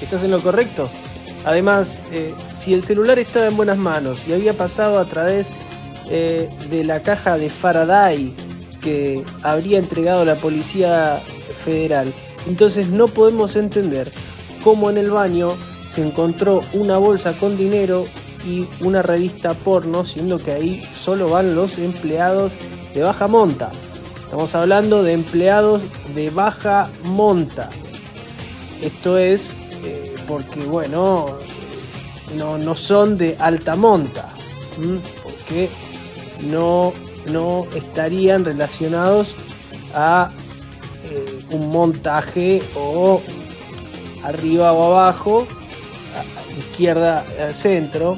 estás en lo correcto. Además, si el celular estaba en buenas manos y había pasado a través de la caja de Faraday que habría entregado la Policía Federal, entonces no podemos entender cómo en el baño se encontró una bolsa con dinero y una revista porno, siendo que ahí solo van los empleados de baja monta. Estamos hablando de empleados de baja monta. Esto es porque, bueno, no son de alta monta, porque no estarían relacionados a un montaje o arriba o abajo, a izquierda al centro,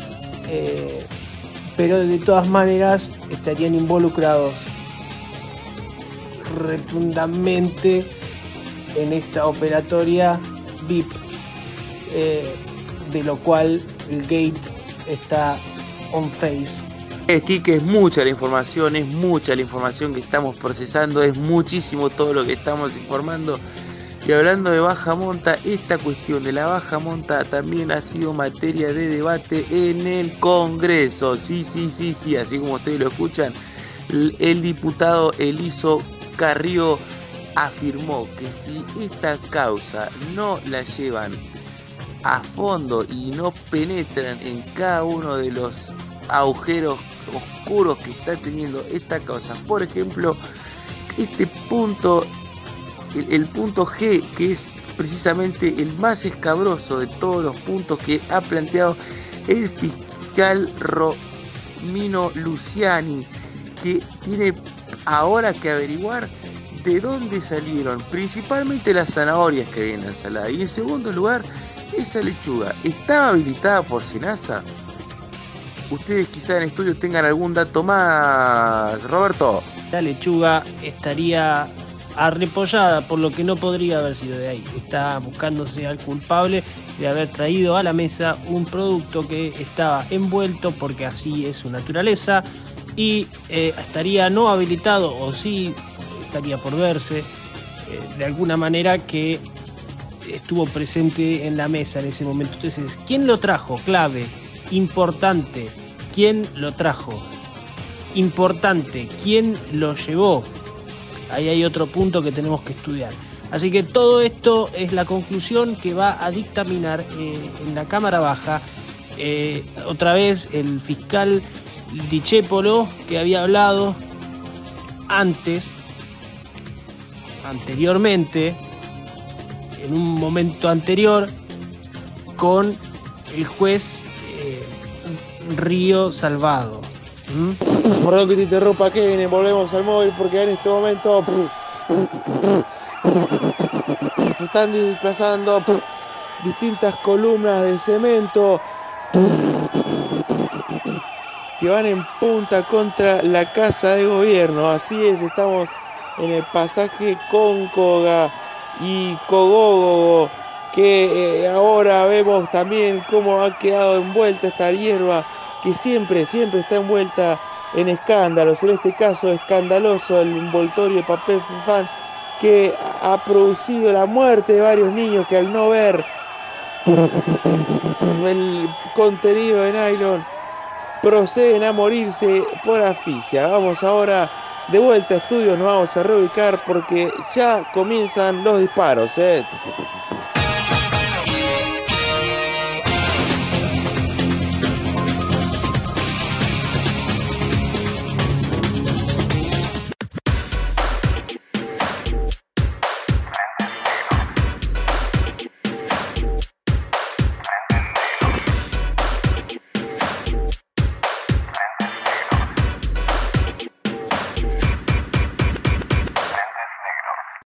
pero de todas maneras estarían involucrados rotundamente en esta operatoria VIP, de lo cual el Gate está on face. Kike, es mucha la información que estamos procesando, es muchísimo todo lo que estamos informando. Y hablando de baja monta, esta cuestión de la baja monta también ha sido materia de debate en el Congreso. Sí, así como ustedes lo escuchan, el diputado Eliso Carrió afirmó que si esta causa no la llevan a fondo y no penetran en cada uno de los agujeros oscuros que está teniendo esta causa, por ejemplo, este punto, el punto G, que es precisamente el más escabroso de todos los puntos que ha planteado el fiscal Romino Luciani, que tiene ahora que averiguar de dónde salieron principalmente las zanahorias que vienen en la ensalada, y en segundo lugar, esa lechuga estaba habilitada por SENASA. Ustedes quizá en estudio tengan algún dato más, Roberto. La lechuga estaría arrepollada, por lo que no podría haber sido de ahí. Está buscándose al culpable de haber traído a la mesa un producto que estaba envuelto, porque así es su naturaleza, y estaría no habilitado, o sí estaría por verse, de alguna manera que estuvo presente en la mesa en ese momento. Entonces, ¿quién lo trajo? Clave, importante, ¿quién lo trajo? Importante, ¿quién lo llevó? Ahí hay otro punto que tenemos que estudiar. Así que todo esto es la conclusión que va a dictaminar en la Cámara Baja. Otra vez el fiscal Dichépolo, que había hablado anteriormente, en un momento anterior, con el juez Río Salvado. Perdón que te interrumpa, Kevin, volvemos al móvil porque en este momento se están desplazando distintas columnas de cemento que van en punta contra la Casa de Gobierno. Así es, estamos en el pasaje Cóncova y Cogogo, que ahora vemos también cómo ha quedado envuelta esta hierba que siempre está envuelta en escándalos. En este caso, escandaloso el envoltorio de papel fan que ha producido la muerte de varios niños que, al no ver el contenido de nylon, proceden a morirse por asfixia. Vamos ahora de vuelta a estudios, nos vamos a reubicar porque ya comienzan los disparos.